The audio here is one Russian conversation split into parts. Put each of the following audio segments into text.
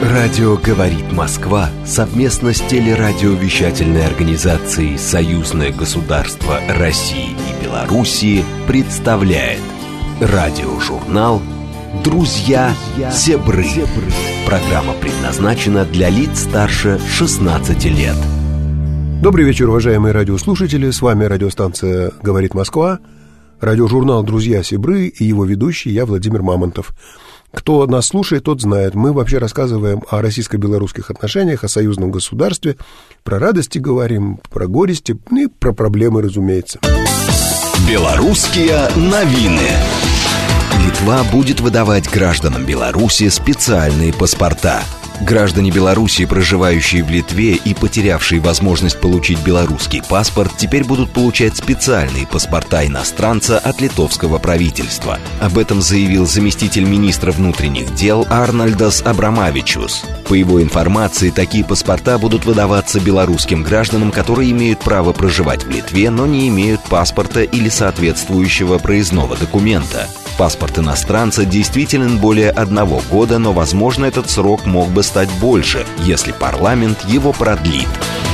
Радио «Говорит Москва» совместно с телерадиовещательной организацией «Союзное государство России и Белоруссии» представляет радиожурнал «Друзья Зебры». Программа предназначена для лиц старше 16 лет. Добрый вечер, уважаемые радиослушатели. С вами радиостанция «Говорит Москва», радиожурнал «Друзья Зебры» и его ведущий я, Владимир Мамонтов. Кто нас слушает, тот знает. Мы вообще рассказываем о российско-белорусских отношениях, о союзном государстве, про радости говорим, про горести и про проблемы, разумеется. Белорусские новины. Литва будет выдавать гражданам Беларуси специальные паспорта. Граждане Беларуси, проживающие в Литве и потерявшие возможность получить белорусский паспорт, теперь будут получать специальные паспорта иностранца от литовского правительства. Об этом заявил заместитель министра внутренних дел Арнольдас Абрамавичус. По его информации, такие паспорта будут выдаваться белорусским гражданам, которые имеют право проживать в Литве, но не имеют паспорта или соответствующего проездного документа. Паспорт иностранца действителен более 1 года, но, возможно, этот срок мог бы стать больше, если парламент его продлит.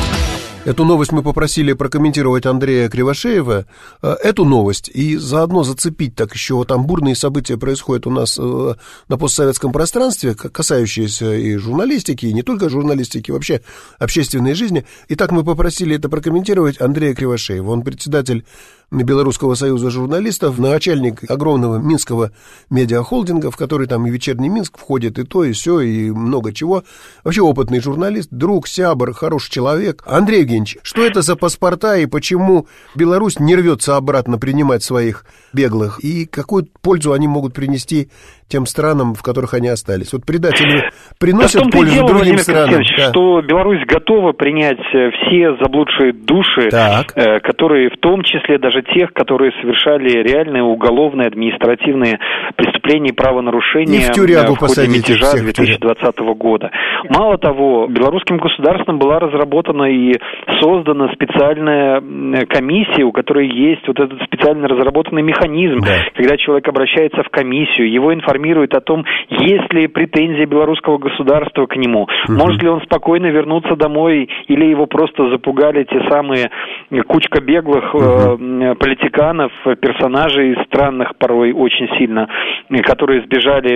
Эту новость мы попросили прокомментировать Андрея Кривошеева. Эту новость и заодно зацепить, так еще там бурные события происходят у нас на постсоветском пространстве, касающиеся и журналистики, и не только журналистики, вообще общественной жизни. Итак, мы попросили это прокомментировать Андрея Кривошеева. Он председатель Белорусского союза журналистов, начальник огромного минского медиахолдинга, в который там и «Вечерний Минск» входит, и то, и сё, и много чего. Вообще опытный журналист, друг, сябр, хороший человек. Андрей Евгеньевич, что это за паспорта и почему Беларусь не рвется обратно принимать своих беглых? И какую пользу они могут принести тем странам, в которых они остались? Вот предатели приносят пользу другим странам. Что Беларусь готова принять все заблудшие души, которые, в том числе даже тех, которые совершали реальные уголовные, административные преступления и правонарушения в ходе мятежа 2020 года. Мало того, белорусским государством была разработана и создана специальная комиссия, у которой есть вот этот специально разработанный механизм, когда человек обращается в комиссию, его информируют о том, есть ли претензии белорусского государства к нему, может ли он спокойно вернуться домой, или его просто запугали те самые кучка беглых политиканов, персонажей странных порой очень сильно, которые сбежали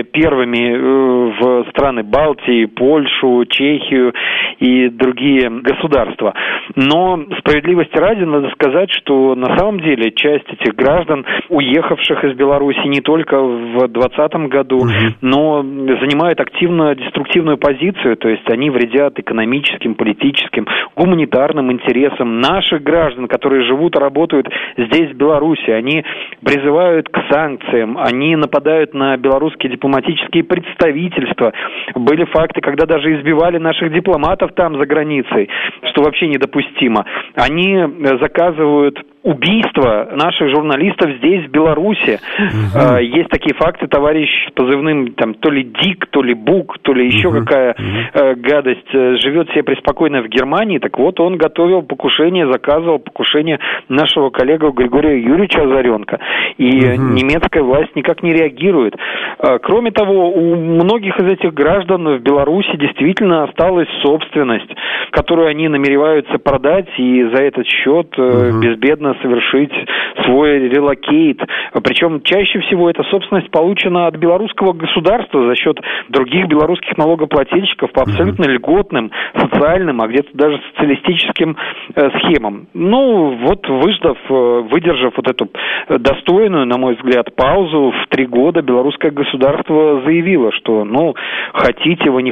первыми в страны Балтии, Польшу, Чехию и другие государства. Но справедливости ради надо сказать, что на самом деле часть этих граждан, уехавших из Беларуси не только в 2020 году, но занимают активно деструктивную позицию, то есть они вредят экономическим, политическим, гуманитарным интересам наших граждан, которые живут и работают здесь, в Беларуси. Они призывают к санкциям, они нападают на белорусские дипломатические представительства. Были факты, когда даже избивали наших дипломатов там за границей, что вообще недопустимо. Они заказывают убийство наших журналистов здесь, в Беларуси. Есть такие факты, товарищ с позывным там, то ли Дик, то ли Бук, то ли еще какая гадость, живет себе преспокойно в Германии. Так вот, он готовил покушение, заказывал покушение нашего коллегу Григория Юрьевича Озаренко. И немецкая власть никак не реагирует. Кроме того, у многих из этих граждан в Беларуси действительно осталась собственность, которую они намереваются продать и за этот счет безбедно совершить свой релокейт. Причем чаще всего эта собственность получена от белорусского государства за счет других белорусских налогоплательщиков по абсолютно льготным, социальным, а где-то даже социалистическим схемам. Ну, вот выдержав вот эту достойную, на мой взгляд, паузу, в 3 года белорусское государство заявило, что, хотите вы, не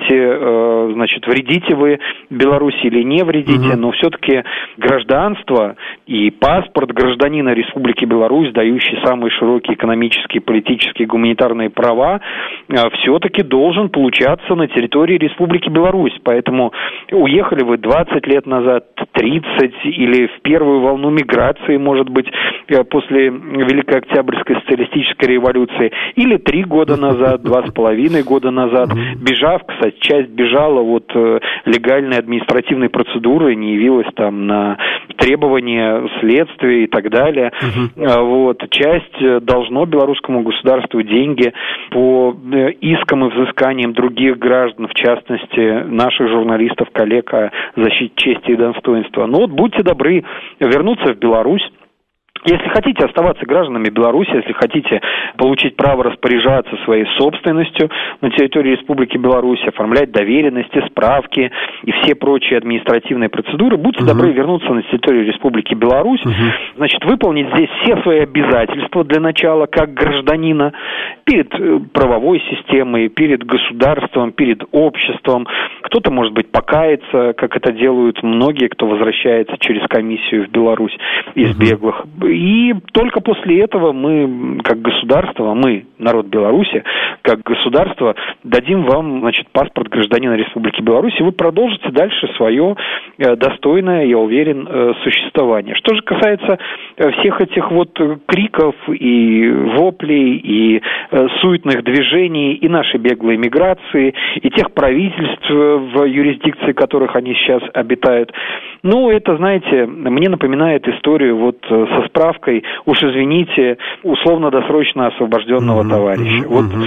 хотите, значит, вредите вы Беларуси или не вредите, но все-таки гражданство и паспорт гражданина Республики Беларусь, дающий самые широкие экономические, политические, гуманитарные права, все-таки должен получаться на территории Республики Беларусь. Поэтому уехали вы 20 лет назад, 30, или в первую волну миграции, может быть, после Великой Октябрьской социалистической революции, или 3 года назад, 2,5 года назад, бежав, кстати, часть бежала от легальной административной процедуры, не явилась там на требования следствие и так далее. Вот. Часть должно белорусскому государству деньги по искам и взысканиям других граждан, в частности, наших журналистов, коллег о защите чести и достоинства. Но вот будьте добры вернуться в Беларусь. Если хотите оставаться гражданами Беларуси, если хотите получить право распоряжаться своей собственностью на территории Республики Беларусь, оформлять доверенности, справки и все прочие административные процедуры, будьте добры вернуться на территорию Республики Беларусь, значит, выполнить здесь все свои обязательства для начала как гражданина перед правовой системой, перед государством, перед обществом. Кто-то, может быть, покаяться, как это делают многие, кто возвращается через комиссию в Беларусь из беглых. И только после этого мы, как государство, мы, народ Беларуси, как государство, дадим вам, значит, паспорт гражданина Республики Беларусь, и вы продолжите дальше свое достойное, я уверен, существование. Что же касается всех этих вот криков и воплей, и суетных движений, и нашей беглой миграции, и тех правительств, в юрисдикции которых они сейчас обитают, ну, это, знаете, мне напоминает историю вот со справкой, уж извините, условно-досрочно освобожденного товарища.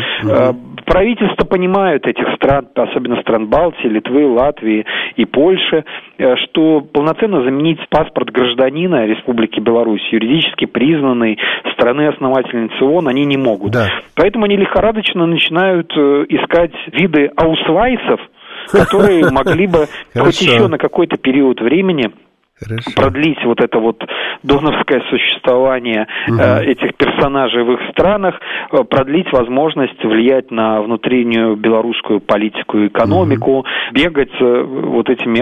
Правительства понимают этих стран, особенно стран Балтии, Литвы, Латвии и Польши, что полноценно заменить паспорт гражданина Республики Беларусь, юридически признанной страны-основательницы ООН, они не могут. Да. Поэтому они лихорадочно начинают искать виды аусвайсов, которые могли бы хоть еще на какой-то период времени продлить вот это вот доновское существование этих персонажей в их странах, продлить возможность влиять на внутреннюю белорусскую политику и экономику, бегать вот этими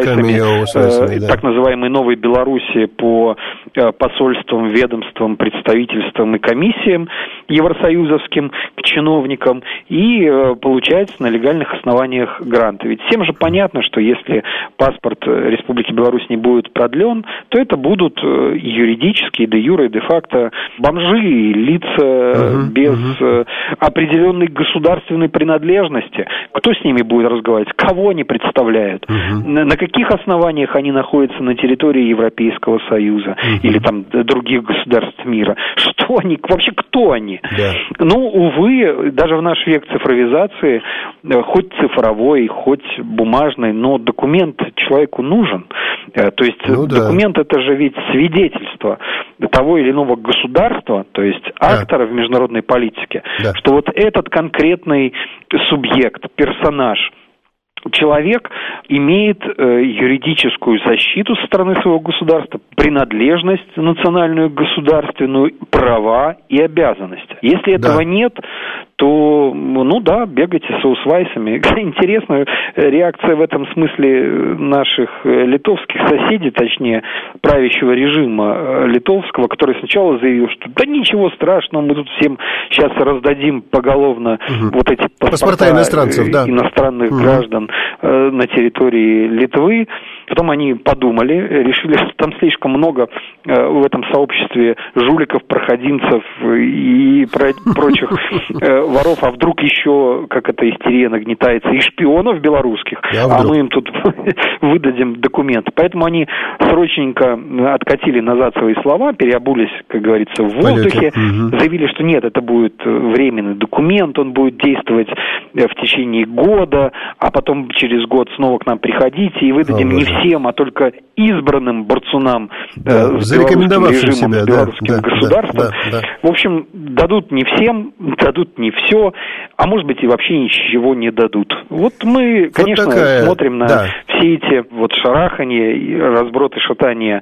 аусвайсами так называемой Новой Беларуси по посольствам, ведомствам, представительствам и комиссиям евросоюзовским, к чиновникам, и получать на легальных основаниях гранты. Ведь всем же понятно, что если паспорт Республики Беларусь не будет продлен, то это будут юридически, де юре и де факто бомжи, лица без определенной государственной принадлежности. Кто с ними будет разговаривать? Кого они представляют? На каких основаниях они находятся на территории Европейского Союза или там других государств мира? Что они? Вообще кто они? Ну, увы, даже в наш век цифровизации, хоть цифровой, хоть бумажный, но документ человеку нужен. То есть документ это же ведь свидетельство того или иного государства, то есть актора в международной политике, что вот этот конкретный субъект, персонаж, человек имеет юридическую защиту со стороны своего государства, принадлежность национальную, государственную, права и обязанности. Если этого нет, то, ну да, бегайте с аусвайсами. Интересная реакция в этом смысле наших литовских соседей, точнее, правящего режима литовского, который сначала заявил, что да ничего страшного, мы тут всем сейчас раздадим поголовно вот эти паспорта иностранцев, иностранных граждан на территории Литвы. Потом они подумали, решили, что там слишком много в этом сообществе жуликов, проходимцев и прочих воров, а вдруг еще, как эта истерия нагнетается, и шпионов белорусских, а мы им тут выдадим документы. Поэтому они срочненько откатили назад свои слова, переобулись, как говорится, в воздухе, заявили, что нет, это будет временный документ, он будет действовать в течение года, а потом через год снова к нам приходите и выдадим не всем, а только избранным борцунам с белорусским режимом, с белорусским государством. В общем, дадут не всем, дадут не все, а может быть и вообще ничего не дадут. Вот мы, конечно, смотрим на все эти вот шараханье, разброты, шатания,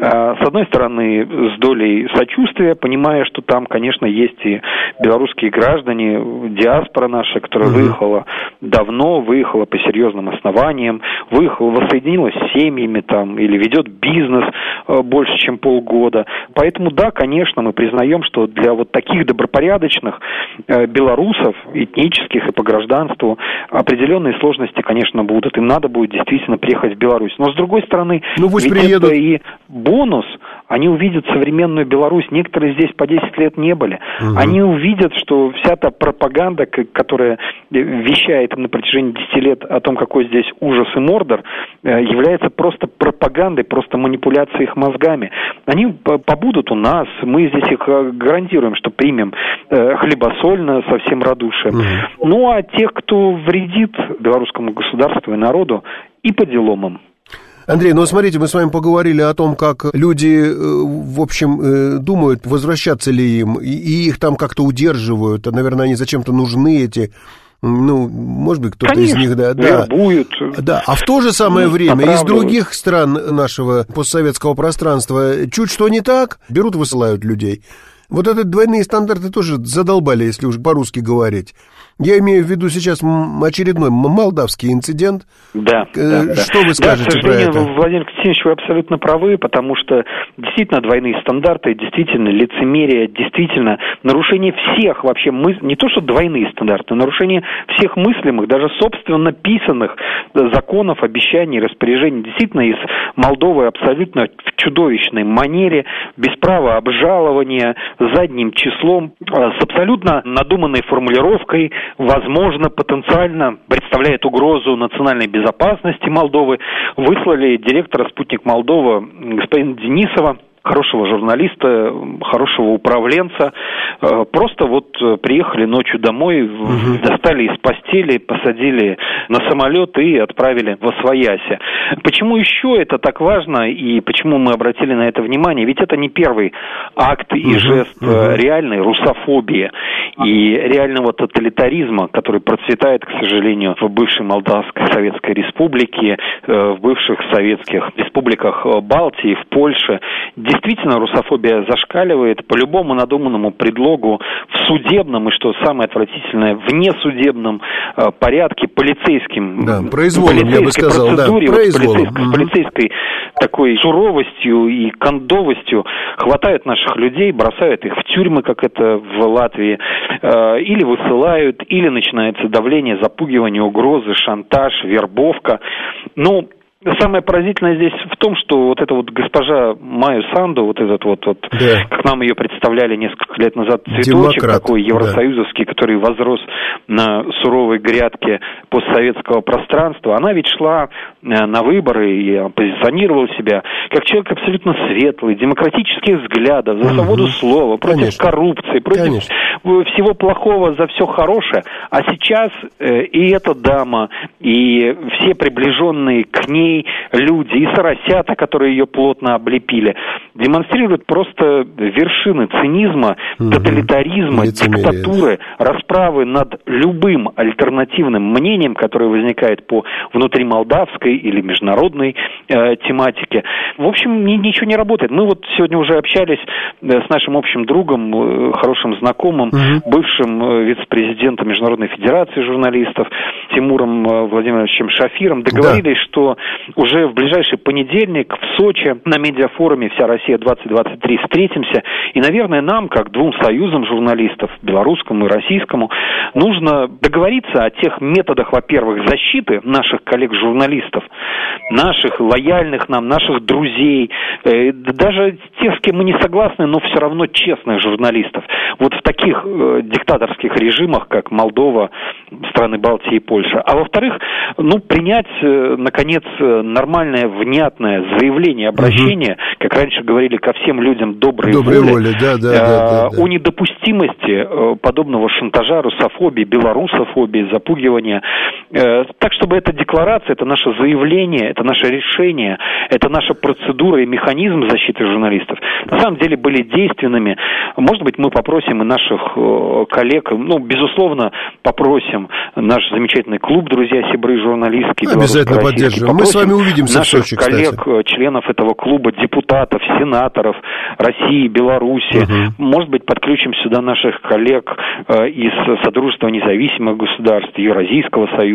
с одной стороны, с долей сочувствия, понимая, что там, конечно, есть и белорусские граждане, диаспора наша, которая выехала давно, выехала по серьезным основаниям, выехала, воссоединилась с семьями там, или ведет бизнес больше, чем полгода. Поэтому, да, конечно, мы признаем, что для вот таких добропорядочных белорусов, этнических и по гражданству, определенные сложности, конечно, будут. Им надо будет действительно действительно приехать в Беларусь. Но, с другой стороны, пусть ведь приедут. это и бонус. Они увидят современную Беларусь. Некоторые здесь по 10 лет не были. Они увидят, что вся та пропаганда, которая вещает на протяжении 10 лет о том, какой здесь ужас и мордор, является просто пропагандой, просто манипуляцией их мозгами. Они побудут у нас, мы здесь их гарантируем, что примем хлебосольно, со всем радушием. Ну, а тех, кто вредит белорусскому государству и народу, и по делам им. Андрей, смотрите, мы с вами поговорили о том, как люди, в общем, думают, возвращаться ли им, и их там как-то удерживают, наверное, они зачем-то нужны, эти, может быть, кто-то из них, вербуют. Да, а в то же самое время из других стран нашего постсоветского пространства чуть что не так, берут, высылают людей. Вот эти двойные стандарты тоже задолбали, если уж по-русски говорить. Я имею в виду сейчас очередной молдавский инцидент. Да. Что вы скажете про это? Владимир Константинович, вы абсолютно правы, потому что действительно двойные стандарты, действительно лицемерие, действительно нарушение всех вообще, не то что двойные стандарты, нарушение всех мыслимых, даже собственно писанных законов, обещаний, распоряжений. Действительно, из Молдовы абсолютно в чудовищной манере, без права обжалования, задним числом, с абсолютно надуманной формулировкой, возможно, потенциально представляет угрозу национальной безопасности Молдовы, выслали директора «Спутник Молдова» господина Денисова, хорошего журналиста, хорошего управленца. Просто приехали ночью домой, достали из постели, посадили на самолет и отправили в Освояси. Почему еще это так важно и почему мы обратили на это внимание? Ведь это не первый акт и жест реальной русофобии и реального тоталитаризма, который процветает, к сожалению, в бывшей Молдавской Советской Республике, в бывших советских республиках Балтии, в Польше. Действительно, русофобия зашкаливает по любому надуманному предлогу в судебном и, что самое отвратительное, внесудебном порядке, полицейским, произволом, я бы сказал, процедуре, полицейской такой суровостью и кондовостью хватают наших людей, бросают их в тюрьмы, как это в Латвии, или высылают, или начинается давление, запугивание, угрозы, шантаж, вербовка. Самое поразительное здесь в том, что эта госпожа Майю Санду, как нам ее представляли несколько лет назад, цветочек такой евросоюзовский, который возрос на суровой грядке постсоветского пространства, она ведь шла на выборы и позиционировала себя как человек абсолютно светлый, демократических взглядов, за свободу слова, против коррупции, против всего плохого, за все хорошее. А сейчас и эта дама, и все приближенные к ней люди, и соросята, которые ее плотно облепили, демонстрируют просто вершины цинизма, тоталитаризма, диктатуры, расправы над любым альтернативным мнением, которое возникает по внутримолдавской или международной тематике. В общем, ничего не работает. Мы сегодня уже общались с нашим общим другом, хорошим знакомым, бывшим вице-президентом Международной Федерации журналистов Тимуром Владимировичем Шафиром, договорились, что уже в ближайший понедельник в Сочи на медиафоруме «Вся Россия-2023» встретимся. И, наверное, нам, как двум союзам журналистов, белорусскому и российскому, нужно договориться о тех методах, во-первых, защиты наших коллег-журналистов, наших лояльных нам, наших друзей, даже тех, с кем мы не согласны, но все равно честных журналистов. В таких диктаторских режимах, как Молдова, страны Балтии и Польша. А во-вторых, принять, наконец, нормальное, внятное заявление, обращение, как раньше говорили, ко всем людям доброй воли, о недопустимости подобного шантажа, русофобии, белорусофобии, запугивания. Так, чтобы эта декларация, это наше заявление, это наше решение, это наша процедура и механизм защиты журналистов на самом деле были действенными. Может быть, мы попросим и наших коллег, безусловно, попросим наш замечательный клуб «Друзья, сибры, журналистский», обязательно поддержим. Мы с вами увидимся в Сочи, коллег, членов этого клуба, депутатов, сенаторов России, Беларуси. Может быть, подключим сюда наших коллег из Содружества независимых государств, Евразийского союза.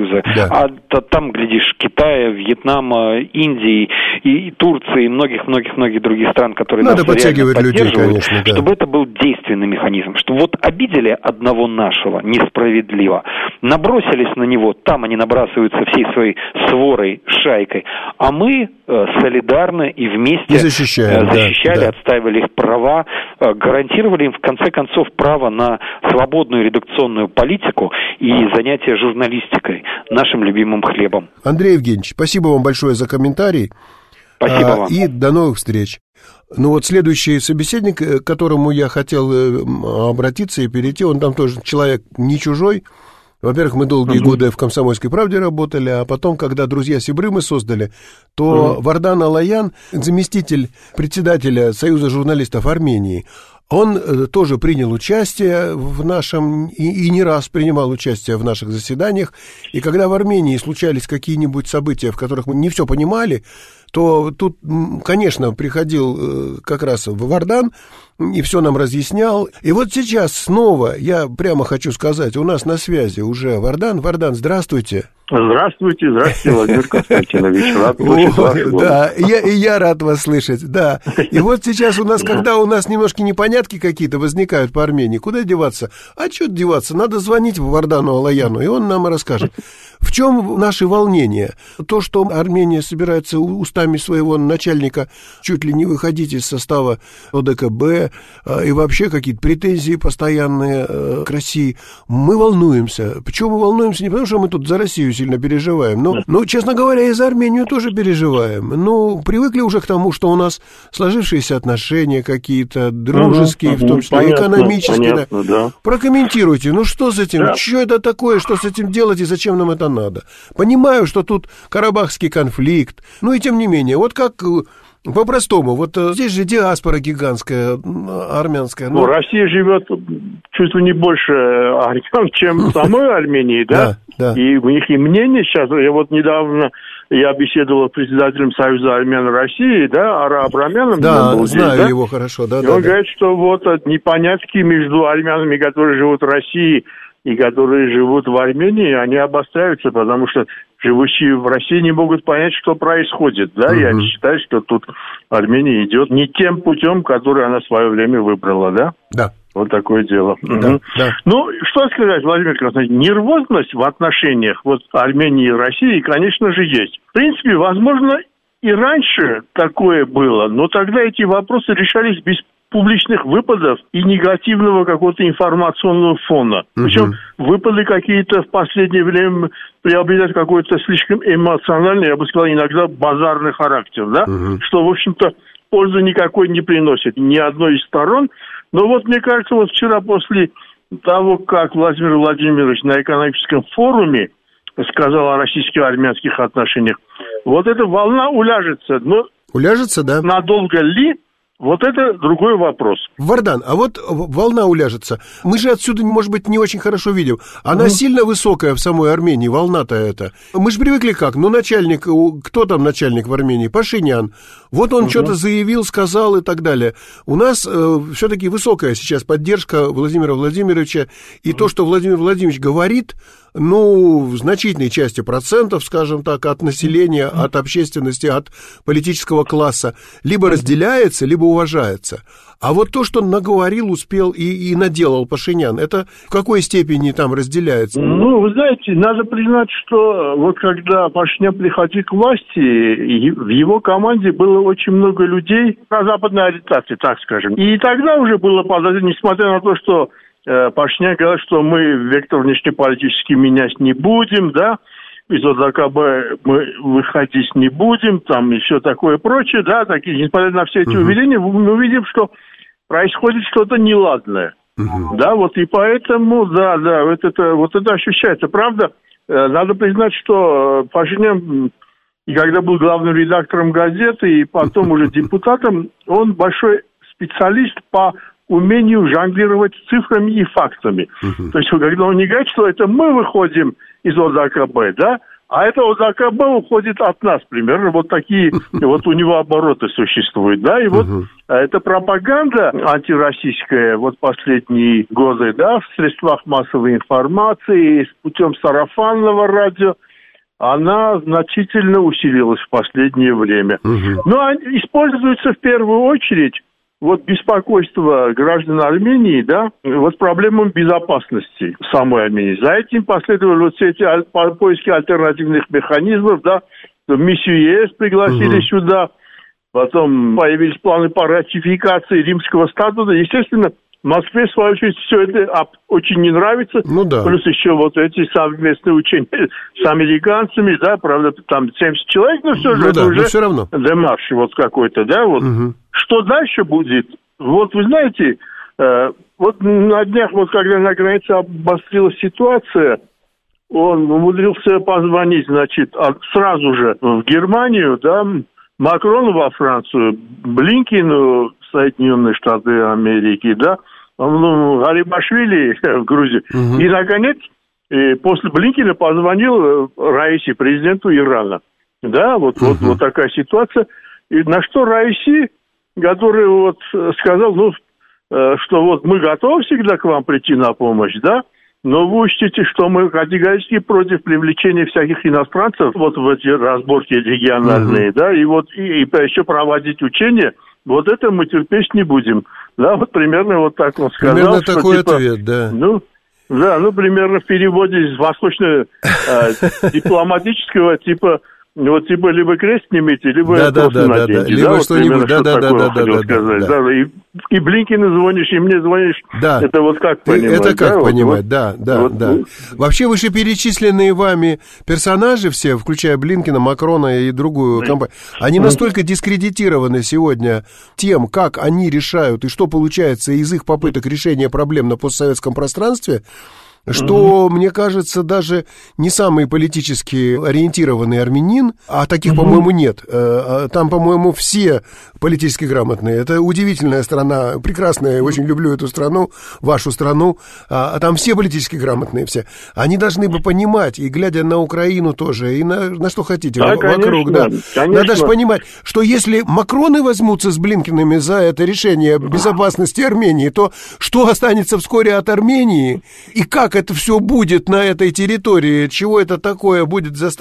Союза, а там, глядишь, Китая, Вьетнама, Индии и Турции, и многих-многих-многих других стран, которые надо нас реально поддерживают, людей, конечно, чтобы это был действенный механизм, что вот обидели одного нашего несправедливо, набросились на него, там они набрасываются всей своей сворой, шайкой, а мы солидарны и вместе защищали, отстаивали их права, гарантировали им, в конце концов, право на свободную редакционную политику и занятие журналистикой, нашим любимым хлебом. Андрей Евгеньевич, спасибо вам большое за комментарий. Спасибо вам. И до новых встреч. Ну вот следующий собеседник, к которому я хотел обратиться и перейти, он там тоже человек не чужой. Во-первых, мы долгие годы в «Комсомольской правде» работали, а потом, когда «Друзья-сябры» мы создали, то Вардан Алаян, заместитель председателя Союза журналистов Армении, он тоже принял участие в нашем, и не раз принимал участие в наших заседаниях, и когда в Армении случались какие-нибудь события, в которых мы не все понимали, то тут, конечно, приходил как раз Вардан и все нам разъяснял. И вот сейчас снова, я прямо хочу сказать, у нас на связи уже Вардан. Вардан, здравствуйте. Здравствуйте, Владимир Константинович. Рад слышать ваш голос. Да, я рад вас слышать, да. И вот сейчас у нас, когда у нас немножко непонятки какие-то возникают по Армении, куда деваться? А что деваться? Надо звонить Вардану Алаяну, и он нам расскажет. В чем наши волнения? То, что Армения собирается устами своего начальника чуть ли не выходить из состава ОДКБ, и вообще какие-то претензии постоянные к России. Мы волнуемся. Почему мы волнуемся? Не потому, что мы тут за Россию сильно переживаем. Но, честно говоря, и за Армению тоже переживаем. Ну, привыкли уже к тому, что у нас сложившиеся отношения какие-то, дружеские, в том числе экономические. Понятно, да. Прокомментируйте, ну что с этим? Что это такое? Что с этим делать и зачем нам это надо? Понимаю, что тут карабахский конфликт, но и тем не менее, вот как по-простому, вот здесь же диаспора гигантская, армянская. Ну, Россия живет чуть ли не больше армян, чем в самой Армении, да? Да. И у них и мнение сейчас, я вот недавно беседовал с председателем Союза армян России, да, Абрамяном. Да, знаю его хорошо, да. И он говорит, что вот непонятки между армянами, которые живут в России, и которые живут в Армении, они обостряются, потому что живущие в России не могут понять, что происходит. Да? Я считаю, что тут Армения идет не тем путем, который она в свое время выбрала, да? Да. Вот такое дело. Да. Ну, что сказать, Владимир Константинович, нервозность в отношениях вот Армении и России, конечно же, есть. В принципе, возможно, и раньше такое было, но тогда эти вопросы решались без публичных выпадов и негативного какого-то информационного фона. Причем выпады какие-то в последнее время приобретают какой-то слишком эмоциональный, я бы сказал, иногда базарный характер, да? Что, в общем-то, пользы никакой не приносит ни одной из сторон. Но вот, мне кажется, вот вчера после того, как Владимир Владимирович на экономическом форуме сказал о российско-армянских отношениях, вот эта волна уляжется. Но уляжется, да. Надолго ли? Вот это другой вопрос. Вардан, а вот волна уляжется. Мы же отсюда, может быть, не очень хорошо видим. Она сильно высокая в самой Армении, волна-то эта. Мы же привыкли как? Ну, начальник, кто там начальник в Армении? Пашинян. Вот он что-то заявил, сказал и так далее. У нас все-таки высокая сейчас поддержка Владимира Владимировича. И то, что Владимир Владимирович говорит, ну, в значительной части процентов, скажем так, от населения, от общественности, от политического класса, либо разделяется, либо уважается. А вот то, что наговорил, успел и наделал Пашинян, это в какой степени там разделяется? Ну, вы знаете, надо признать, что вот когда Пашинян приходил к власти, в его команде было очень много людей на западной ориентации, так скажем. И тогда уже было подозрение, несмотря на то, что Пашинян говорил, что мы вектор внешнеполитический менять не будем, да, из ОДКБ мы выходить не будем, там и все такое прочее, да, такие, несмотря на все эти уверения, мы видим, что происходит что-то неладное. Да, вот и поэтому, да, вот это ощущается. Правда, надо признать, что Пашинян, и когда был главным редактором газеты, и потом уже депутатом, он большой специалист по умению жонглировать цифрами и фактами. То есть, когда он не говорит, что это мы выходим из ОДКБ, да, А это ОДКБ уходит от нас примерно. Вот такие вот у него обороты существуют, да, и вот эта пропаганда антироссийская вот последние годы, да, в средствах массовой информации, путем сарафанного радио, она значительно усилилась в последнее время. Но используется в первую очередь вот беспокойство граждан Армении, да, вот проблемам безопасности самой Армении. За этим последовали вот все эти поиски альтернативных механизмов, да, миссию ЕС пригласили сюда, потом появились планы по ратификации Римского статута. Естественно, Москве, в свою очередь, все это очень не нравится. Ну, да. Плюс еще вот эти совместные учения с американцами, да, правда, там 70 человек, но все же это уже все равно демарш вот какой-то, да, вот. Что дальше будет? Вот вы знаете, вот на днях, вот когда на границе обострилась ситуация, он умудрился позвонить, значит, сразу же в Германию, да, Макрону во Францию, Блинкину в Соединенные Штаты Америки, да, Гарибашвили в Грузию. И, наконец, после Блинкина позвонил Раиси, президенту Ирана. Да, вот такая ситуация. И на что Раиси, который вот сказал, ну, что вот мы готовы всегда к вам прийти на помощь, да, но вы учтите, что мы категорически против привлечения всяких иностранцев вот в эти разборки региональные, да, и вот и еще проводить учения, вот это мы терпеть не будем. Да, вот примерно вот так он сказал. Примерно что, такой типа, ответ, да. Ну, примерно в переводе из восточно-дипломатического типа, вот типа либо крест снимите, либо просто на деньги. Либо вот что-нибудь, да. И Блинкину звонишь, и мне звонишь, это вот как понимать? Это как понимать, да. Вообще вышеперечисленные вами персонажи все, включая Блинкина, Макрона и другую компанию, они настолько дискредитированы сегодня тем, как они решают и что получается из их попыток решения проблем на постсоветском пространстве, что, мне кажется, даже не самый политически ориентированный армянин, а таких, по-моему, нет. Там, по-моему, все политически грамотные. Это удивительная страна, прекрасная, очень люблю эту страну, вашу страну. А там все политически грамотные все. Они должны бы понимать, и глядя на Украину тоже, и на что хотите, вокруг, да. Надо же понимать, что если Макроны возьмутся с Блинкинами за это решение безопасности Армении, то что останется вскоре от Армении, и как это все будет на этой территории, чего это такое будет за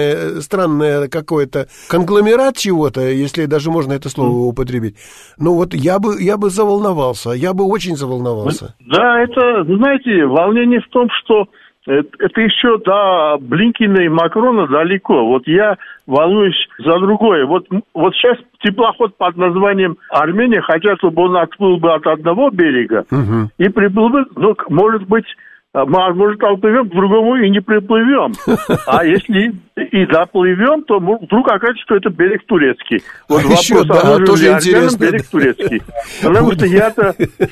странное какое-то конгломерат чего-то, если даже можно это слово употребить. Ну вот я бы заволновался, я бы очень заволновался. Да, это, знаете, волнение в том, что это еще до Блинкина и Макрона далеко. Вот я волнуюсь за другое. Вот сейчас теплоход под названием Армения хотят, чтобы он отплыл бы от одного берега и приплыл бы, ну, может быть, может, отплывем, к другому и не приплывем. А если и доплывем, то вдруг окажется, что это берег турецкий. Вот вопрос, тоже интересно. Берег турецкий. Потому что я-то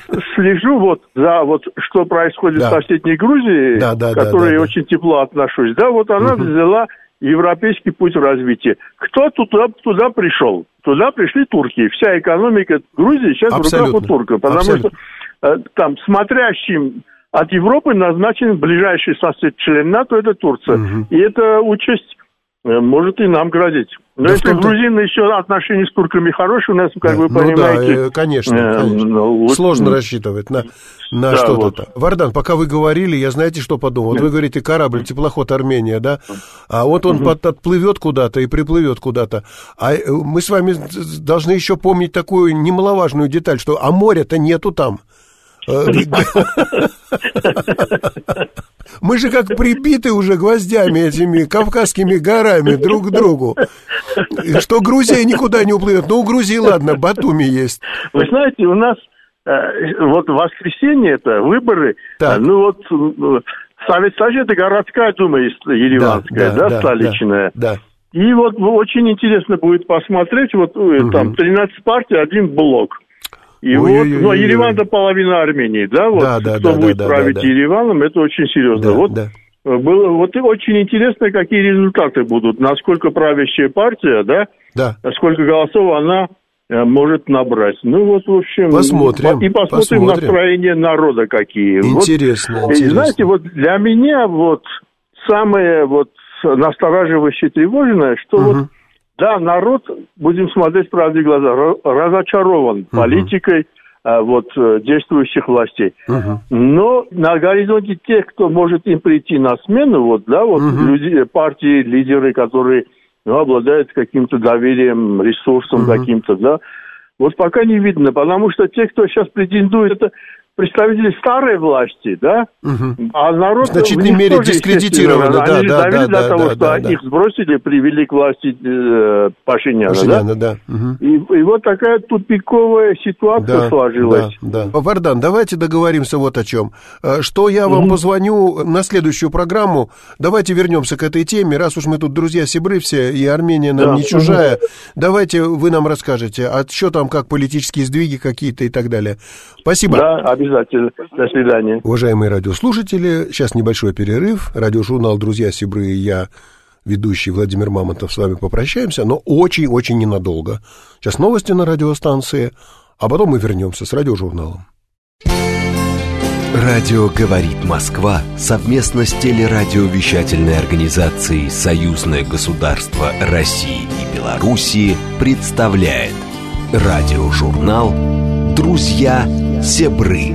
слежу вот за что происходит в соседней Грузии, к которой очень тепло отношусь. Да, вот она взяла европейский путь развития. Кто туда пришел? Туда пришли турки. Вся экономика Грузии сейчас в руках у турков. Потому что там смотрящим от Европы назначен ближайший сосед-член НАТО, это Турция. И эта участь может и нам грозить. Но если грузины еще отношения с турками хорошие, у нас, как вы понимаете... Да, конечно. Сложно рассчитывать на что-то. Вардан, пока вы говорили, я знаете, что подумал? Вот вы говорите, корабль, теплоход Армения, да? А вот он отплывет куда-то и приплывет куда-то. А мы с вами должны еще помнить такую немаловажную деталь, что моря-то нету там. Мы же как прибиты уже гвоздями этими Кавказскими горами друг к другу. Что Грузия никуда не уплывет. Ну, у Грузии, ладно, Батуми есть. Вы знаете, у нас вот воскресенье это выборы. Так. Ну вот Совет это городская дума ереванская, столичная. Да. И вот очень интересно будет посмотреть, вот там 13 партий, один блок. И Ереван-то половина Армении, да, вот кто будет править Ереваном, это очень серьезно. Было очень интересно, какие результаты будут, насколько правящая партия, сколько голосов она может набрать. Ну вот, в общем, посмотрим настроение народа какие. Интересно. И знаете, вот для меня вот самое вот настораживающее и тревожное, что вот, да, народ, будем смотреть правде в глаза, разочарован политикой действующих властей. Но на горизонте тех, кто может им прийти на смену, люди, партии, лидеры, которые обладают каким-то доверием, ресурсом каким-то, да, вот пока не видно, потому что те, кто сейчас претендует, это представители старой власти, да, а народ... В значительной мере дискредитированы, они давили для того, что их сбросили, привели к власти Пашиняна, да? И вот такая тупиковая ситуация сложилась. Да. Вардан, давайте договоримся вот о чем. Что я вам позвоню на следующую программу, давайте вернемся к этой теме, раз уж мы тут друзья-сябры все, и Армения нам не чужая, давайте вы нам расскажете, а что там, как политические сдвиги какие-то и так далее. Спасибо. Да, обязательно. До свидания. Уважаемые радиослушатели, сейчас небольшой перерыв. Радиожурнал «Друзья-сябры» и я, ведущий Владимир Мамонтов, с вами попрощаемся, но очень-очень ненадолго. Сейчас новости на радиостанции, а потом мы вернемся с радиожурналом. Радио «Говорит Москва» совместно с телерадиовещательной организацией «Союзное государство России и Белоруссии» представляет радиожурнал «Друзья-сябры».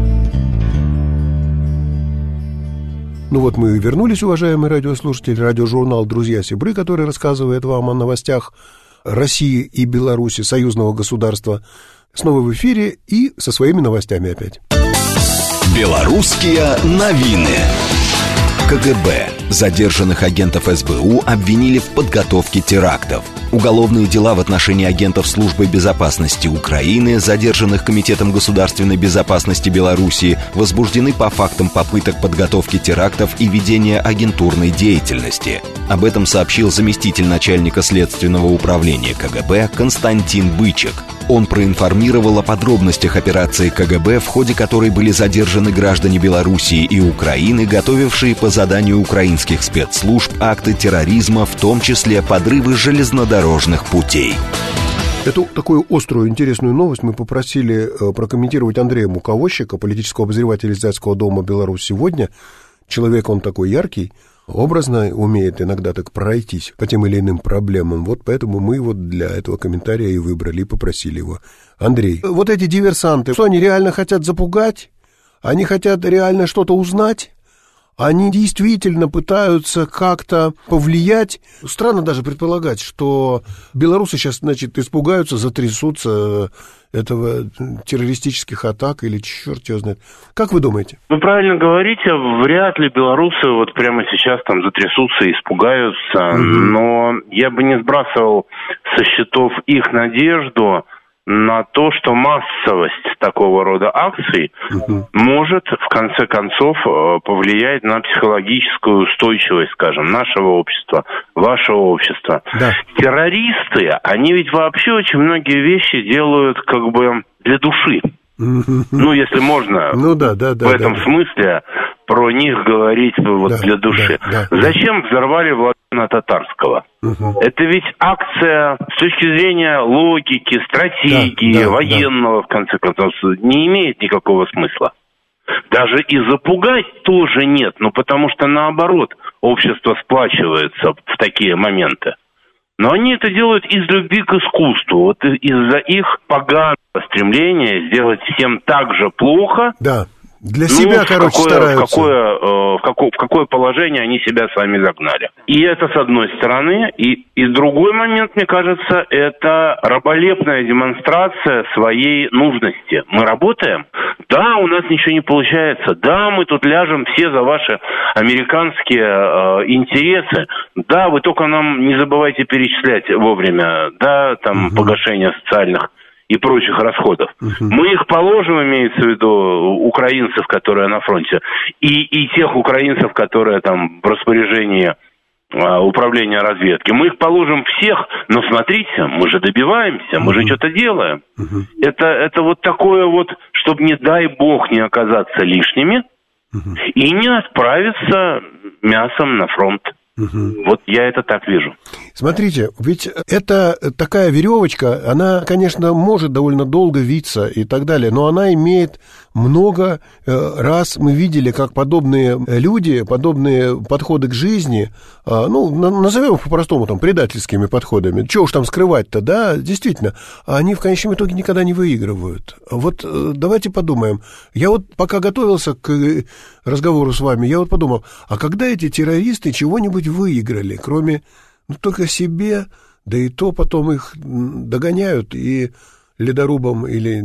Ну вот мы и вернулись, уважаемые радиослушатели. Радиожурнал «Друзья-сябры», который рассказывает вам о новостях России и Беларуси, союзного государства, снова в эфире и со своими новостями опять. Белорусские новины. КГБ. Задержанных агентов СБУ обвинили в подготовке терактов. Уголовные дела в отношении агентов Службы безопасности Украины, задержанных Комитетом государственной безопасности Белоруссии, возбуждены по фактам попыток подготовки терактов и ведения агентурной деятельности. Об этом сообщил заместитель начальника Следственного управления КГБ Константин Бычек. Он проинформировал о подробностях операции КГБ, в ходе которой были задержаны граждане Белоруссии и Украины, готовившие по заданию украинских спецслужб акты терроризма, в том числе подрывы железнодорожных путей. Эту такую острую, интересную новость мы попросили прокомментировать Андрея Муковощика, политического обозревателя Издательского дома «Беларусь сегодня». Человек он такой яркий, образно умеет иногда так пройтись по тем или иным проблемам. Вот поэтому мы его для этого комментария и выбрали, и попросили его. Андрей, вот эти диверсанты, что они реально хотят запугать? Они хотят реально что-то узнать? Они действительно пытаются как-то повлиять. Странно даже предполагать, что белорусы сейчас, испугаются, затрясутся этого террористических атак или черт его знает. Как вы думаете? Вы правильно говорите, вряд ли белорусы вот прямо сейчас там затрясутся, испугаются, но я бы не сбрасывал со счетов их надежду на то, что массовость такого рода акций может, в конце концов, повлиять на психологическую устойчивость, скажем, нашего общества, вашего общества. Да. Террористы, они ведь вообще очень многие вещи делают как бы для души. Ну, если можно в этом смысле про них говорить для души. Зачем взорвали Владимира Татарского? Это ведь акция с точки зрения логики, стратегии, военного, в конце концов, не имеет никакого смысла. Даже и запугать тоже нет, потому что, наоборот, общество сплачивается в такие моменты. Но они это делают из любви к искусству, вот из-за их поганого стремления сделать всем так же плохо. Да, для себя, стараются. В какое положение они себя сами загнали. И это с одной стороны. И другой момент, мне кажется, это раболепная демонстрация своей нужности. Мы работаем? Да, у нас ничего не получается. Да, мы тут ляжем все за ваши американские интересы. Да, вы только нам не забывайте перечислять вовремя. Да, там погашение социальных и прочих расходов. Мы их положим, имеется в виду украинцев, которые на фронте, и тех украинцев, которые там в распоряжении управления разведки. Мы их положим всех, но смотрите, мы же добиваемся, мы же что-то делаем. Это вот такое вот, чтобы, не дай бог, не оказаться лишними и не отправиться мясом на фронт. Вот я это так вижу. Смотрите, ведь это такая веревочка, она, конечно, может довольно долго виться и так далее, но она имеет много раз, мы видели, как подобные люди, подобные подходы к жизни, назовем их по-простому, там, предательскими подходами, чего уж там скрывать-то, да, действительно, они в конечном итоге никогда не выигрывают. Вот давайте подумаем. Я вот пока готовился к разговору с вами, я вот подумал, а когда эти террористы чего-нибудь выиграли, кроме только себе, да и то потом их догоняют и ледорубом или...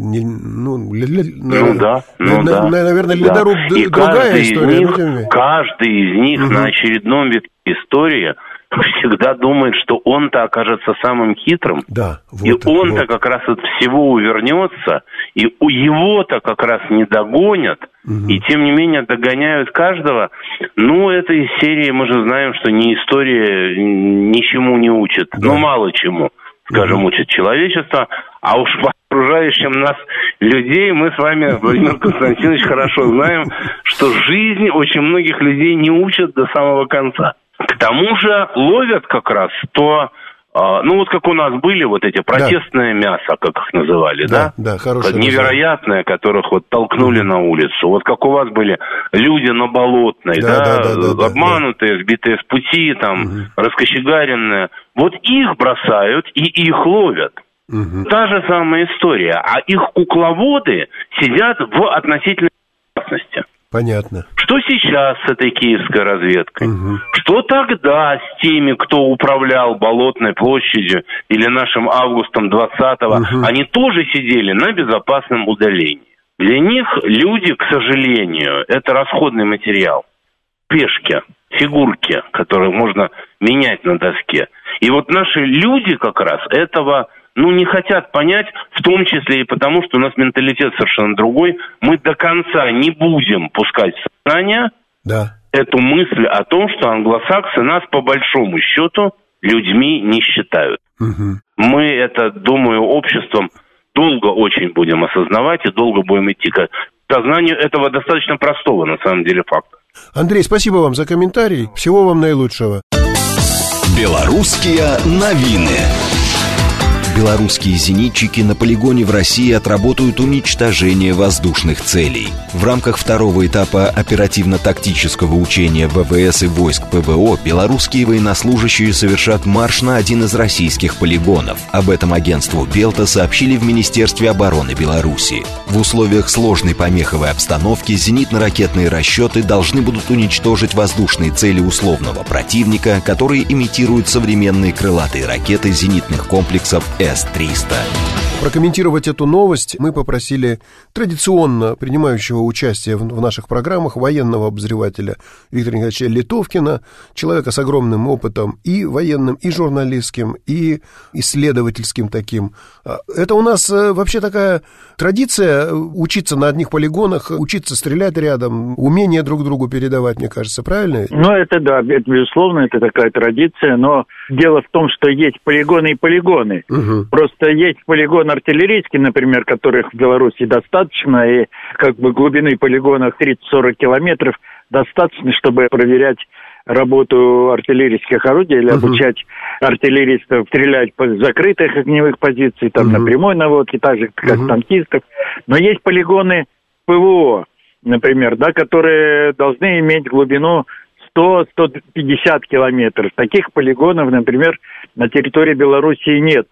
Наверное, ледоруб и другая история. Каждый из них на очередном витке истории всегда думает, что он-то окажется самым хитрым, и он-то как раз от всего увернется, и его-то как раз не догонят, и тем не менее догоняют каждого. Это из серии, мы же знаем, что история ничему не учит, мало чему, скажем, учит человечество, а уж по окружающим нас людей мы с вами, Владимир Константинович, хорошо знаем, что жизнь очень многих людей не учат до самого конца. К тому же ловят как раз то, как у нас были вот эти протестное мясо, как их называли, невероятное, которых толкнули на улицу. Вот как у вас были люди на Болотной, обманутые, сбитые с пути, раскочегаренные. Вот их бросают и их ловят. Та же самая история. А их кукловоды сидят в относительной безопасности. Понятно. Что сейчас с этой киевской разведкой? Что тогда с теми, кто управлял Болотной площадью или нашим августом 20-го? Они тоже сидели на безопасном удалении. Для них люди, к сожалению, это расходный материал. Пешки, фигурки, которые можно менять на доске. И вот наши люди как раз этого... не хотят понять, в том числе и потому, что у нас менталитет совершенно другой. Мы до конца не будем пускать в сознание эту мысль о том, что англосаксы нас по большому счету людьми не считают. Мы это, думаю, обществом долго очень будем осознавать и долго будем идти к сознанию этого достаточно простого, на самом деле, факта. Андрей, спасибо вам за комментарий. Всего вам наилучшего. Белорусские новины. Белорусские зенитчики на полигоне в России отработают уничтожение воздушных целей. В рамках второго этапа оперативно-тактического учения ВВС и войск ПВО белорусские военнослужащие совершат марш на один из российских полигонов. Об этом агентству Белта сообщили в Министерстве обороны Беларуси. В условиях сложной помеховой обстановки зенитно-ракетные расчеты должны будут уничтожить воздушные цели условного противника, которые имитируют современные крылатые ракеты зенитных комплексов С-300. Прокомментировать эту новость мы попросили традиционно принимающего участие в наших программах военного обозревателя Виктора Николаевича Литовкина, человека с огромным опытом и военным, и журналистским, и исследовательским таким. Это у нас вообще такая традиция учиться на одних полигонах, учиться стрелять рядом, умение друг другу передавать, мне кажется, правильно? Это безусловно, это такая традиция, но дело в том, что есть полигоны и полигоны. Просто есть полигон артиллерийский, например, которых в Беларуси достаточно, и глубины полигонов 30-40 километров достаточно, чтобы проверять работу артиллерийских орудий или обучать артиллеристов стрелять по закрытых огневых позиций, на прямой наводке, так же, как танкистов. Но есть полигоны ПВО, например, которые должны иметь глубину 100-150 километров. Таких полигонов, например, на территории Белоруссии нет.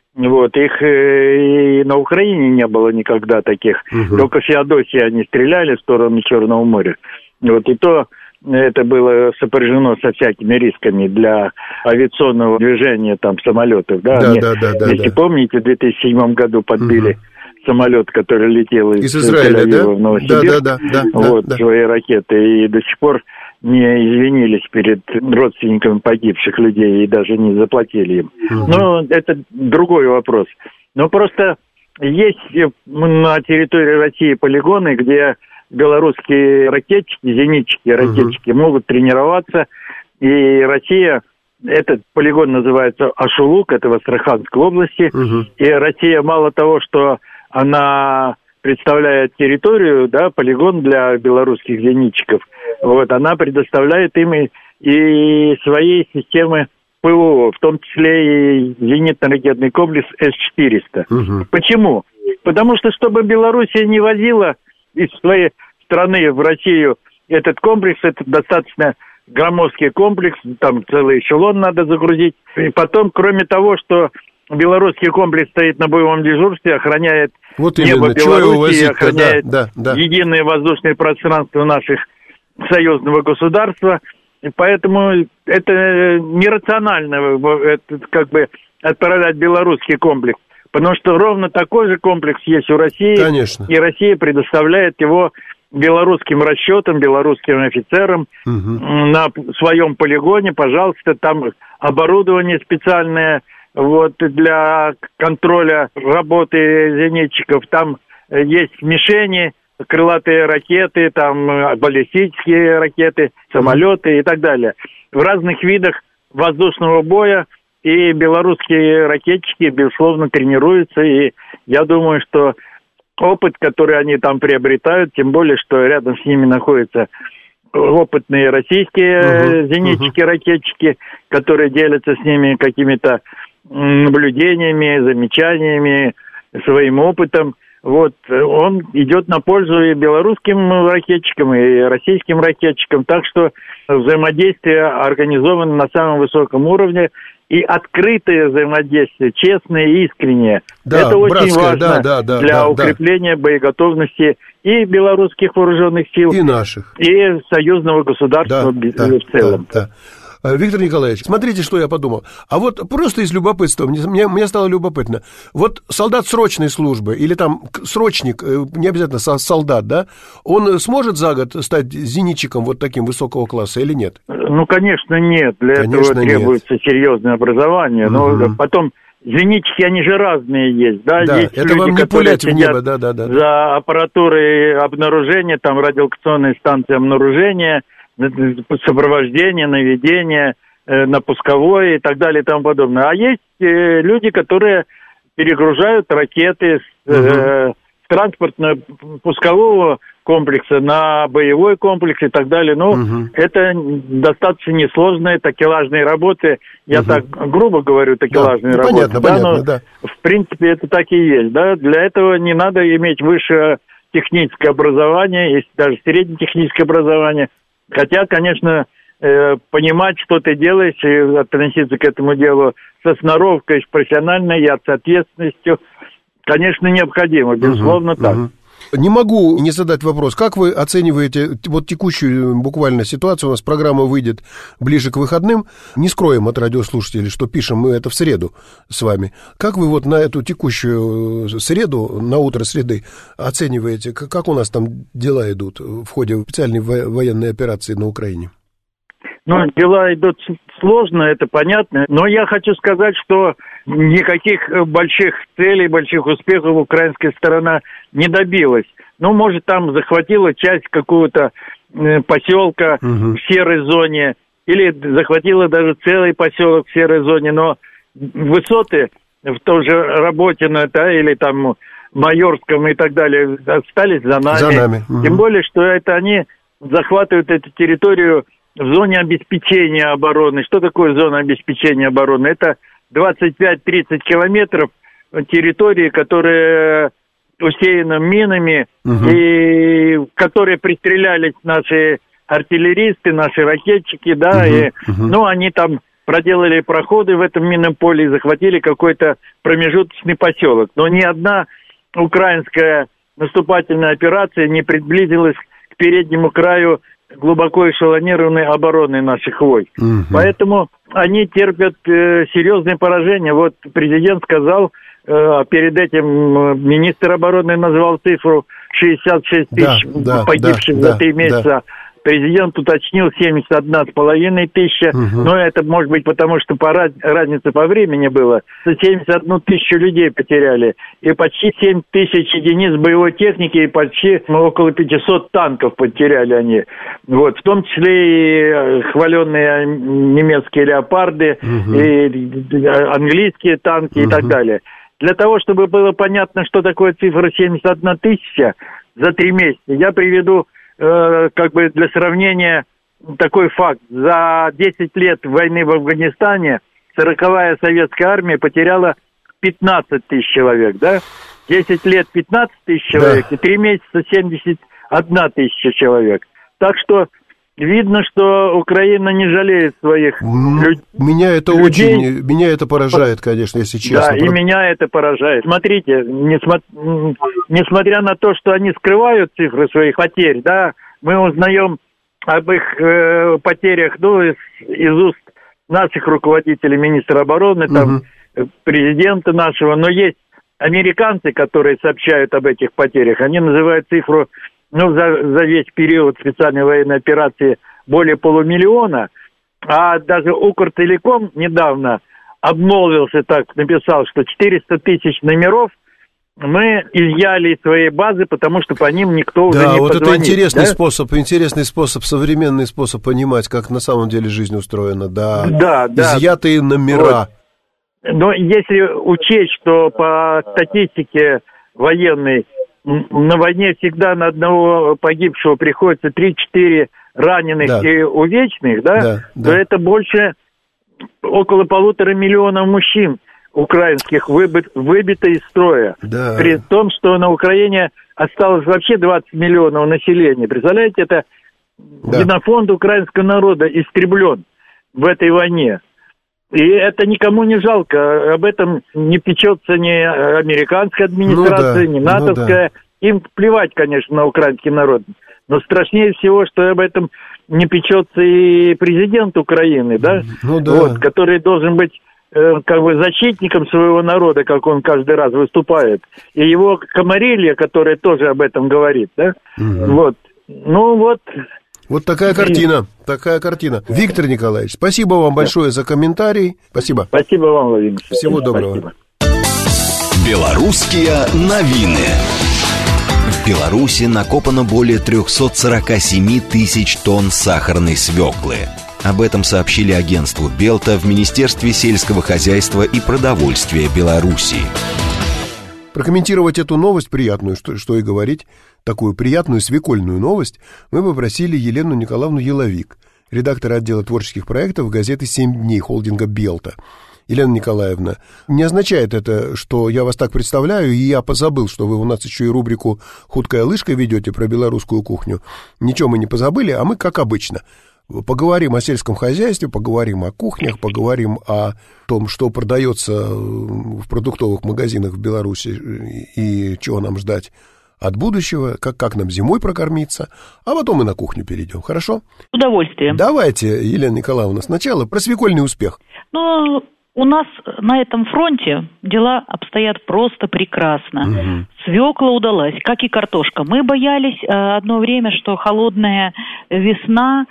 Их и на Украине не было никогда таких. Только в Феодосии они стреляли в сторону Черного моря. И то это было сопряжено со всякими рисками для авиационного движения самолетов. Если помните, в 2007 году подбили самолет, который летел из Тель-Авива в Новосибирск, свои ракеты, и до сих пор не извинились перед родственниками погибших людей и даже не заплатили им. Но это другой вопрос. Но просто есть на территории России полигоны, где белорусские ракетчики, зенитчики, ракетчики могут тренироваться, и Россия, этот полигон называется Ашулук, это в Астраханской области, и Россия мало того, что она представляет территорию, полигон для белорусских зенитчиков, она предоставляет им и свои системы ПВО, в том числе и зенитно-ракетный комплекс С-400. Угу. Почему? Потому что, чтобы Белоруссия не возила из своей страны в Россию этот комплекс, это достаточно громоздкий комплекс, там целый эшелон надо загрузить. И потом, кроме того, что белорусский комплекс стоит на боевом дежурстве, охраняет небо Беларуси, охраняет единое воздушное пространство наших союзного государства. И поэтому это нерационально отправлять белорусский комплекс. Потому что ровно такой же комплекс есть у России. Конечно. И Россия предоставляет его белорусским расчетам, белорусским офицерам на своем полигоне. Пожалуйста, там оборудование специальное для контроля работы зенитчиков. Там есть мишени, крылатые ракеты, там баллистические ракеты, самолеты и так далее. В разных видах воздушного боя. И белорусские ракетчики, безусловно, тренируются. И я думаю, что опыт, который они там приобретают, тем более, что рядом с ними находятся опытные российские зенитчики, ракетчики, которые делятся с ними какими-то наблюдениями, замечаниями, своим опытом. Он идет на пользу и белорусским ракетчикам, и российским ракетчикам. Так что взаимодействие организовано на самом высоком уровне. И открытое взаимодействие, честное и искреннее. Это очень важно для укрепления боеготовности и белорусских вооруженных сил, и наших, и союзного государства в целом. Виктор Николаевич, смотрите, что я подумал. А вот просто из любопытства, мне стало любопытно. Вот солдат срочной службы или там срочник, не обязательно солдат, да, он сможет за год стать зенитчиком вот таким высокого класса или нет? Ну, конечно, нет. Для этого требуется серьезное образование. Но потом зенитчики, они же разные есть, да? Есть это люди, вам не пулять в небо, за аппаратурой обнаружения, там радиолокационные станции обнаружения, сопровождение, наведение, на пусковое и так далее и тому подобное. А есть люди, которые перегружают ракеты с транспортно-пускового комплекса на боевой комплекс и так далее. Это достаточно несложные такелажные работы. Я так грубо говорю, такелажные работы. Понятно. В принципе, это так и есть. Да? Для этого не надо иметь высшее техническое образование, есть даже среднетехническое образование. Хотя, конечно, понимать, что ты делаешь, и относиться к этому делу со сноровкой, с профессиональной и с ответственностью, конечно, необходимо, безусловно, так. Не могу не задать вопрос. Как вы оцениваете вот текущую буквально ситуацию? У нас программа выйдет ближе к выходным. Не скроем от радиослушателей, что пишем мы это в среду с вами. Как вы вот на эту текущую среду, на утро среды оцениваете? Как у нас там дела идут в ходе специальной военной операции на Украине? Дела идут сложно, это понятно. Но я хочу сказать, что никаких больших целей, больших успехов украинская сторона не добилась. Может, там захватила часть какого-то поселка в серой зоне, или захватила даже целый поселок в серой зоне, но высоты в том же Работино, или там Майорском и так далее остались за нами. Тем более, что это они захватывают эту территорию в зоне обеспечения обороны. Что такое зона обеспечения обороны? Это 25-30 километров территории, которая усеяна минами, и в которые пристрелялись наши артиллеристы, наши ракетчики, они там проделали проходы в этом минном поле и захватили какой-то промежуточный поселок. Но ни одна украинская наступательная операция не приблизилась к переднему краю глубоко эшелонированной обороны наших войск. Поэтому они терпят серьезные поражения. Вот президент сказал, перед этим министр обороны назвал цифру 66 тысяч погибших за 3 месяца. Президент уточнил 71,5 тысячи, но это может быть потому, что разница по времени была. 71 тысячу людей потеряли, и почти 7 тысяч единиц боевой техники, и почти около 500 танков потеряли они. В том числе и хваленные немецкие леопарды, и английские танки и так далее. Для того, чтобы было понятно, что такое цифра 71 тысяча за 3 месяца, я приведу для сравнения такой факт. За 10 лет войны в Афганистане 40-я советская армия потеряла 15 тысяч человек, да? 10 лет 15 тысяч человек, и 3 месяца 71 тысяча человек. Так что видно, что Украина не жалеет своих людей. Меня это поражает, конечно, если честно. Да, и меня это поражает. Смотрите, несмотря на то, что они скрывают цифры своих потерь, да, мы узнаем об их потерях, из уст наших руководителей, министра обороны, там, президента нашего, но есть американцы, которые сообщают об этих потерях, они называют цифру, за весь период специальной военной операции более 500 000, а даже Укртелеком недавно обмолвился, так написал, что 400 тысяч номеров мы изъяли из своей базы, потому что по ним никто уже не позвонит. Да, вот это интересный способ, современный способ понимать, как на самом деле жизнь устроена, да. Изъятые номера. Вот. Но если учесть, что по статистике военной на войне всегда на одного погибшего приходится 3-4 раненых и увечных, то это больше около 1,5 миллиона мужчин украинских выбито из строя. Да. При том, что на Украине осталось вообще 20 миллионов населения. Представляете, это генофонд украинского народа истреблен в этой войне. И это никому не жалко. Об этом не печется ни американская администрация, ни натовская. Им плевать, конечно, на украинский народ. Но страшнее всего, что об этом не печется и президент Украины, который должен быть защитником своего народа, как он каждый раз выступает. И его Комарилья, которая тоже об этом говорит, Вот такая картина. Виктор Николаевич, спасибо вам большое за комментарий. Спасибо. Спасибо вам, Владимир. Всего доброго. Белорусские новины. В Беларуси накопано более 347 тысяч тонн сахарной свеклы. Об этом сообщили агентству Белта в Министерстве сельского хозяйства и продовольствия Беларуси. Прокомментировать эту новость, приятную, что и говорить, такую приятную свекольную новость, мы попросили Елену Николаевну Еловик, редактора отдела творческих проектов газеты «7 дней» холдинга «Белта». Елена Николаевна, не означает это, что я вас так представляю, и я позабыл, что вы у нас еще и рубрику «Хуткая лыжка» ведете про белорусскую кухню. Ничего мы не позабыли, а мы, как обычно, поговорим о сельском хозяйстве, поговорим о кухнях, поговорим о том, что продается в продуктовых магазинах в Беларуси и чего нам ждать от будущего, как нам зимой прокормиться, а потом и на кухню перейдем, хорошо? С удовольствием. Давайте, Елена Николаевна, сначала про свекольный успех. У нас на этом фронте дела обстоят просто прекрасно. Свекла удалась, как и картошка. Мы боялись одно время, что холодная весна,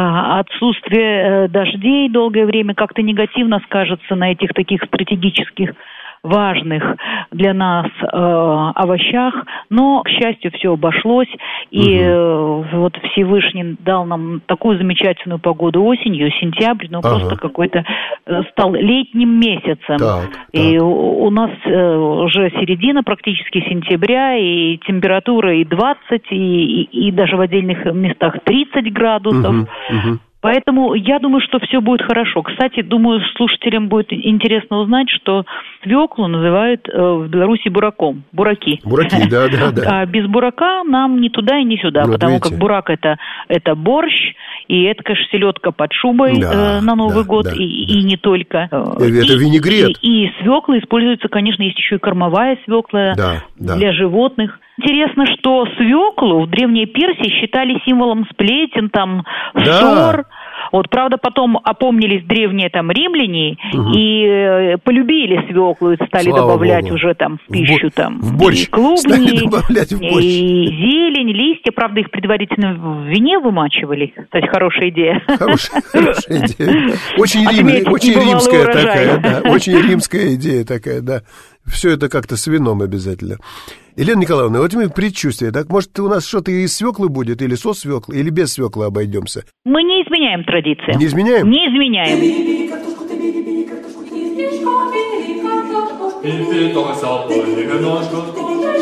отсутствие дождей долгое время как-то негативно скажется на этих таких стратегических важных для нас овощах, но, к счастью, все обошлось, и вот Всевышний дал нам такую замечательную погоду осенью, сентябрь, просто какой-то стал летним месяцем, и у нас уже середина практически сентября, и температура и 20, и даже в отдельных местах 30 градусов. Поэтому я думаю, что все будет хорошо. Кстати, думаю, слушателям будет интересно узнать, что свеклу называют в Беларуси бураком. Бураки. Бураки, да. А без бурака нам ни туда и ни сюда, потому как бурак это борщ, и это, конечно, селедка под шубой на Новый год, и не только. Это винегрет. И свекла используется, конечно, есть еще и кормовая свекла для животных. Интересно, что свеклу в Древней Персии считали символом сплетен, ссор. Вот, правда, потом опомнились древние римляне и полюбили свеклу и стали добавлять уже в пищу в борщ. И клубни, и зелень, листья. Правда, их предварительно в вине вымачивали. Кстати, хорошая идея. Хорошая идея. Очень римская такая, очень римская идея такая, да. Все это как-то с вином обязательно. Елена Николаевна, вот мы предчувствие, так может у нас что-то из свеклы будет, или со свеклы, или без свеклы обойдемся? Мы не изменяем традиции. Не изменяем? Не изменяем.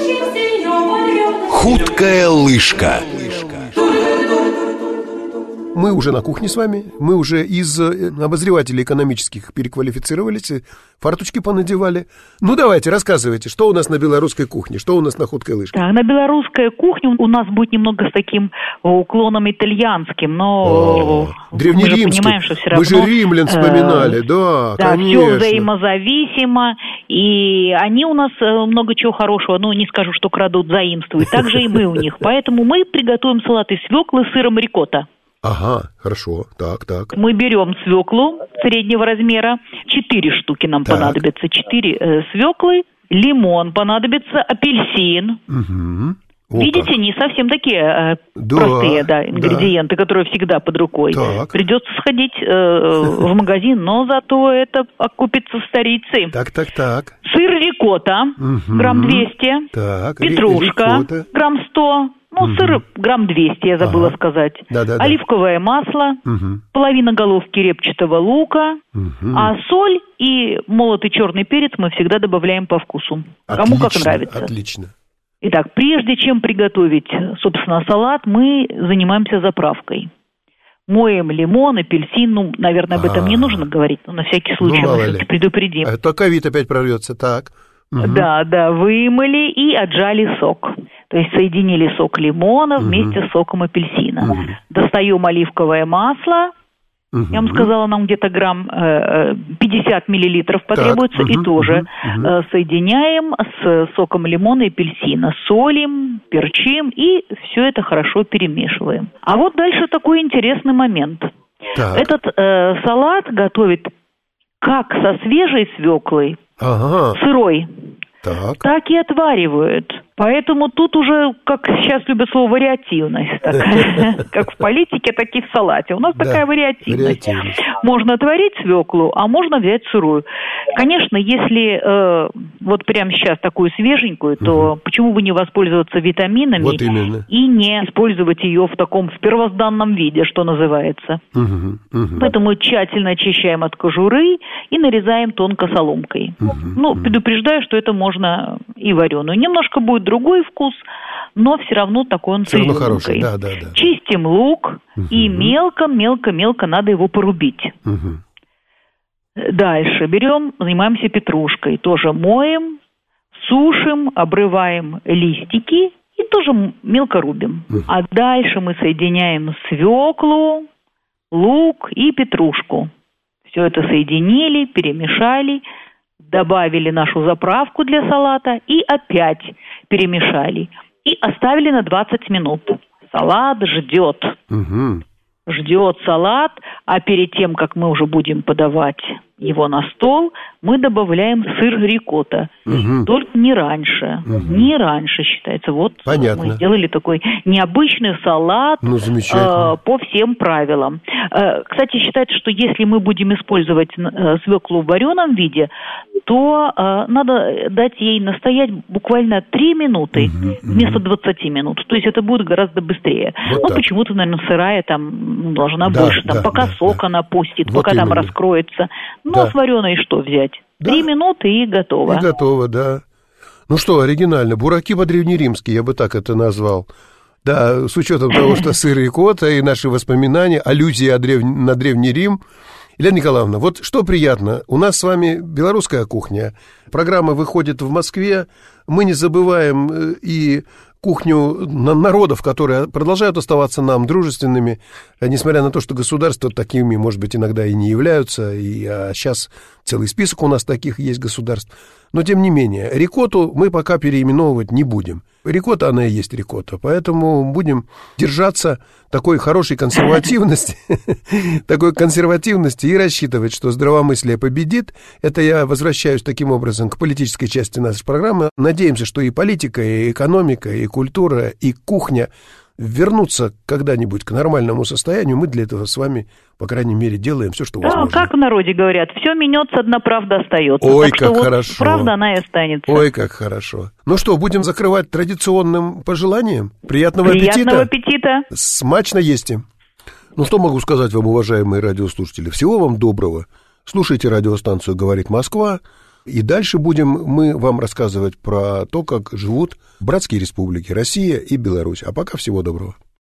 Хуткая лыжка. мы уже на кухне с вами, мы уже из обозревателей экономических переквалифицировались, фарточки понадевали. Ну, давайте, рассказывайте, что у нас на белорусской кухне, что у нас на ходкой лыжке? Так, на белорусской кухне у нас будет немного с таким уклоном итальянским, но древнеримским. Мы же понимаем, что все равно... Мы же римлян вспоминали, да, конечно. Все взаимозависимо, и они у нас много чего хорошего, ну, не скажу, что крадут, заимствуют, так же и мы у них. Поэтому мы приготовим салат из свеклы с сыром рикотта. Ага, хорошо, так. Мы берем свеклу среднего размера, 4 штуки нам понадобится, 4 свеклы, лимон понадобится, апельсин. Угу. Видите, не совсем такие простые ингредиенты, которые всегда под рукой. Так. Придется сходить в магазин, но зато это окупится старицей. Так. Сыр рикотта, грамм 200. Так, петрушка, грамм 100. Ну, сыр грамм 200, я забыла сказать. Да. Оливковое масло, половина головки репчатого лука, а соль и молотый черный перец мы всегда добавляем по вкусу. Кому как нравится. Отлично. Итак, прежде чем приготовить, собственно, салат, мы занимаемся заправкой. Моем лимон, апельсин, ну, наверное, об этом не нужно говорить, но на всякий случай мы все-таки предупредим. А то ковид опять прорвется, так. Да, вымыли и отжали сок. То есть соединили сок лимона вместе с соком апельсина. Достаем оливковое масло. Я вам сказала, нам где-то грамм 50 миллилитров потребуется, и тоже соединяем с соком лимона и апельсина. Солим, перчим и все это хорошо перемешиваем. А вот дальше такой интересный момент. Этот салат готовит как со свежей свеклой, сырой, так и отваривают. Поэтому тут уже, как сейчас любят слово, вариативность. Как в политике, так и в салате. У нас такая вариативность. Можно отварить свеклу, а можно взять сырую. Конечно, если вот прямо сейчас такую свеженькую, то почему бы не воспользоваться витаминами и не использовать ее в таком первозданном виде, что называется. Поэтому тщательно очищаем от кожуры и нарезаем тонко соломкой. Ну, предупреждаю, что это можно и вареную. Немножко будет другой вкус, но все равно такой он с изюмкой. Да. Чистим лук и мелко-мелко надо его порубить. Дальше занимаемся петрушкой. Тоже моем, сушим, обрываем листики и тоже мелко рубим. А дальше мы соединяем свеклу, лук и петрушку. Все это соединили, перемешали, добавили нашу заправку для салата и опять перемешали. И оставили на 20 минут. Салат ждет. Ждет салат, а перед тем, как мы уже будем подавать его на стол, мы добавляем сыр рикотта. Только не раньше. Не раньше считается. Вот понятно. Мы сделали такой необычный салат по всем правилам. Кстати, считается, что если мы будем использовать свеклу в вареном виде, то надо дать ей настоять буквально 3 минуты вместо 20 минут. То есть это будет гораздо быстрее. Вот почему-то, наверное, сырая там должна больше. Пока сок она пустит, пока там раскроется. Ну, а с вареной что взять? 3 минуты и готово. И готово, да. Ну что, оригинально. Бураки по-древнеримски, я бы так это назвал. Да, с учетом того, что сыр рикотта и наши воспоминания, аллюзии на Древний Рим. Елена Николаевна, вот что приятно, у нас с вами белорусская кухня, программа выходит в Москве, мы не забываем и кухню народов, которые продолжают оставаться нам дружественными, несмотря на то, что государства такими, может быть, иногда и не являются, а сейчас целый список у нас таких есть государств. Но, тем не менее, рикотту мы пока переименовывать не будем. Рикотта, она и есть рикотта, поэтому будем держаться такой хорошей консервативности, и рассчитывать, что здравомыслие победит. Это я возвращаюсь таким образом к политической части нашей программы. Надеемся, что и политика, и экономика, и культура, и кухня вернуться когда-нибудь к нормальному состоянию. Мы для этого с вами, по крайней мере, делаем все, что возможно. Как в народе говорят, все менется, одна правда остается. Ой, так как что хорошо. Вот правда она и останется. Ой, как хорошо. Ну что, будем закрывать традиционным пожеланием? Приятного аппетита. Смачно есте. Ну что могу сказать вам, уважаемые радиослушатели? Всего вам доброго. Слушайте радиостанцию «Говорит Москва». И дальше будем мы вам рассказывать про то, как живут братские республики Россия и Беларусь. А пока всего доброго.